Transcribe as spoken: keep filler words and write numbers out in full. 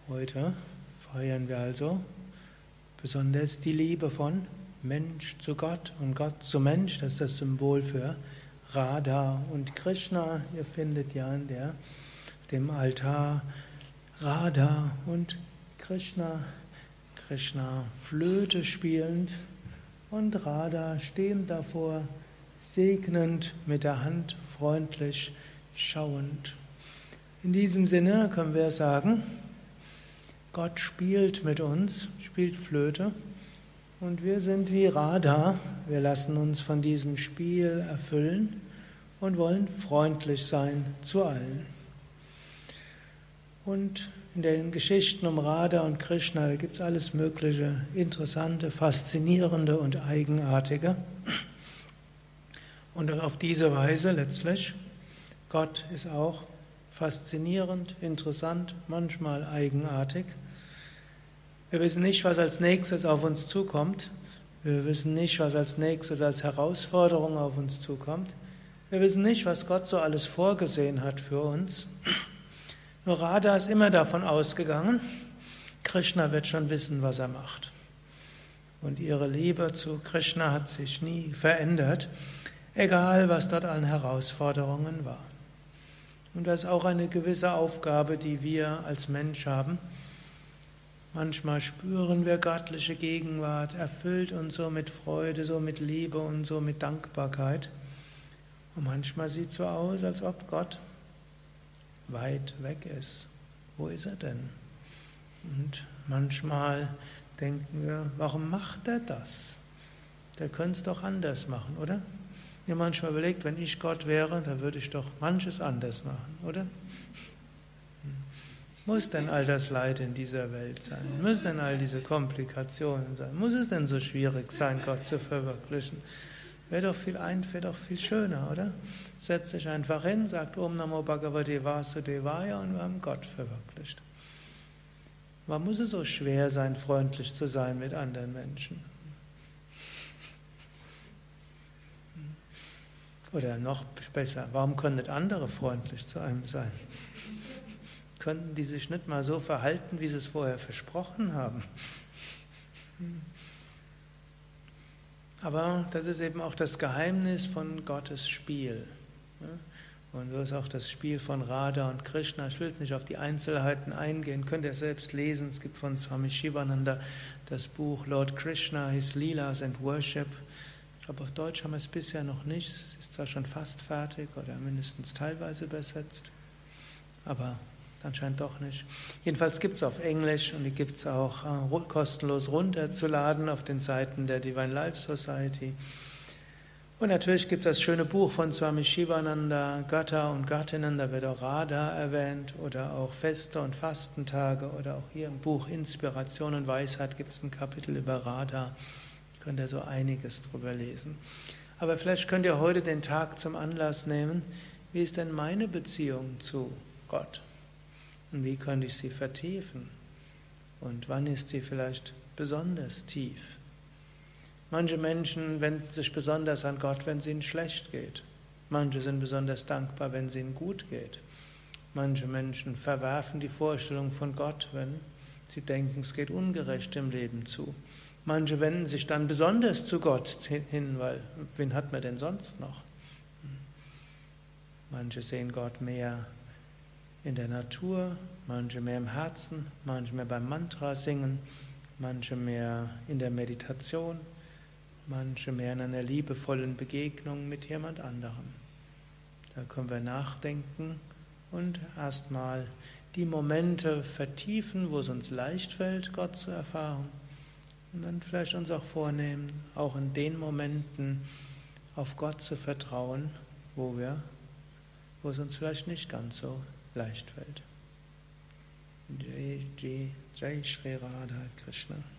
Heute feiern wir also besonders die Liebe von Mensch zu Gott und Gott zu Mensch. Das ist das Symbol für Radha und Krishna. Ihr findet ja an der, dem Altar Radha und Krishna. Krishna Flöte spielend und Radha stehend davor, segnend mit der Hand freundlich schauend. In diesem Sinne können wir sagen, Gott spielt mit uns, spielt Flöte und wir sind wie Radha, wir lassen uns von diesem Spiel erfüllen und wollen freundlich sein zu allen. Und in den Geschichten um Radha und Krishna, da gibt es alles mögliche interessante, faszinierende und eigenartige. Und auf diese Weise letztlich, Gott ist auch faszinierend, interessant, manchmal eigenartig. Wir wissen nicht, was als nächstes auf uns zukommt. Wir wissen nicht, was als nächstes als Herausforderung auf uns zukommt. Wir wissen nicht, was Gott so alles vorgesehen hat für uns. Nur Radha ist immer davon ausgegangen, Krishna wird schon wissen, was er macht. Und ihre Liebe zu Krishna hat sich nie verändert, egal was dort an Herausforderungen war. Und das ist auch eine gewisse Aufgabe, die wir als Mensch haben. Manchmal spüren wir göttliche Gegenwart, erfüllt uns so mit Freude, so mit Liebe und so mit Dankbarkeit. Und manchmal sieht es so aus, als ob Gott weit weg ist. Wo ist er denn? Und manchmal denken wir, warum macht er das? Der könnte es doch anders machen, oder? Mir manchmal überlegt, wenn ich Gott wäre, dann würde ich doch manches anders machen, oder? Muss denn all das Leid in dieser Welt sein? Müssen denn all diese Komplikationen sein? Muss es denn so schwierig sein, Gott zu verwirklichen? Wäre doch viel ein, wäre doch viel schöner, oder? Setzt sich einfach hin, sagt Om Namo Bhagavate Vasudevaya und wir haben Gott verwirklicht. Warum muss es so schwer sein, freundlich zu sein mit anderen Menschen? Oder noch besser, warum können nicht andere freundlich zu einem sein? Könnten die sich nicht mal so verhalten, wie sie es vorher versprochen haben? Aber das ist eben auch das Geheimnis von Gottes Spiel. Und so ist auch das Spiel von Radha und Krishna. Ich will jetzt nicht auf die Einzelheiten eingehen, könnt ihr selbst lesen. Es gibt von Swami Shivananda das Buch Lord Krishna, His Leelas and Worship. Ich glaube, auf Deutsch haben wir es bisher noch nicht. Es ist zwar schon fast fertig oder mindestens teilweise übersetzt, aber anscheinend doch nicht. Jedenfalls gibt es auf Englisch und die gibt es auch äh, kostenlos runterzuladen auf den Seiten der Divine Life Society. Und natürlich gibt es das schöne Buch von Swami Shivananda, Götter und Göttinnen, da wird auch Radha erwähnt oder auch Feste und Fastentage oder auch hier im Buch Inspiration und Weisheit gibt es ein Kapitel über Radha. Könnt ihr so einiges drüber lesen. Aber vielleicht könnt ihr heute den Tag zum Anlass nehmen, wie ist denn meine Beziehung zu Gott? Und wie könnte ich sie vertiefen? Und wann ist sie vielleicht besonders tief? Manche Menschen wenden sich besonders an Gott, wenn es ihnen schlecht geht. Manche sind besonders dankbar, wenn es ihnen gut geht. Manche Menschen verwerfen die Vorstellung von Gott, wenn sie denken, es geht ungerecht im Leben zu. Manche wenden sich dann besonders zu Gott hin, weil wen hat man denn sonst noch? Manche sehen Gott mehr in der Natur, manche mehr im Herzen, manche mehr beim Mantra singen, manche mehr in der Meditation, manche mehr in einer liebevollen Begegnung mit jemand anderem. Da können wir nachdenken und erstmal die Momente vertiefen, wo es uns leicht fällt, Gott zu erfahren. Und dann vielleicht uns auch vornehmen, auch in den Momenten auf Gott zu vertrauen, wo wir, wo es uns vielleicht nicht ganz so leicht fällt. Jai, Jai, Jai Shri Radha Krishna.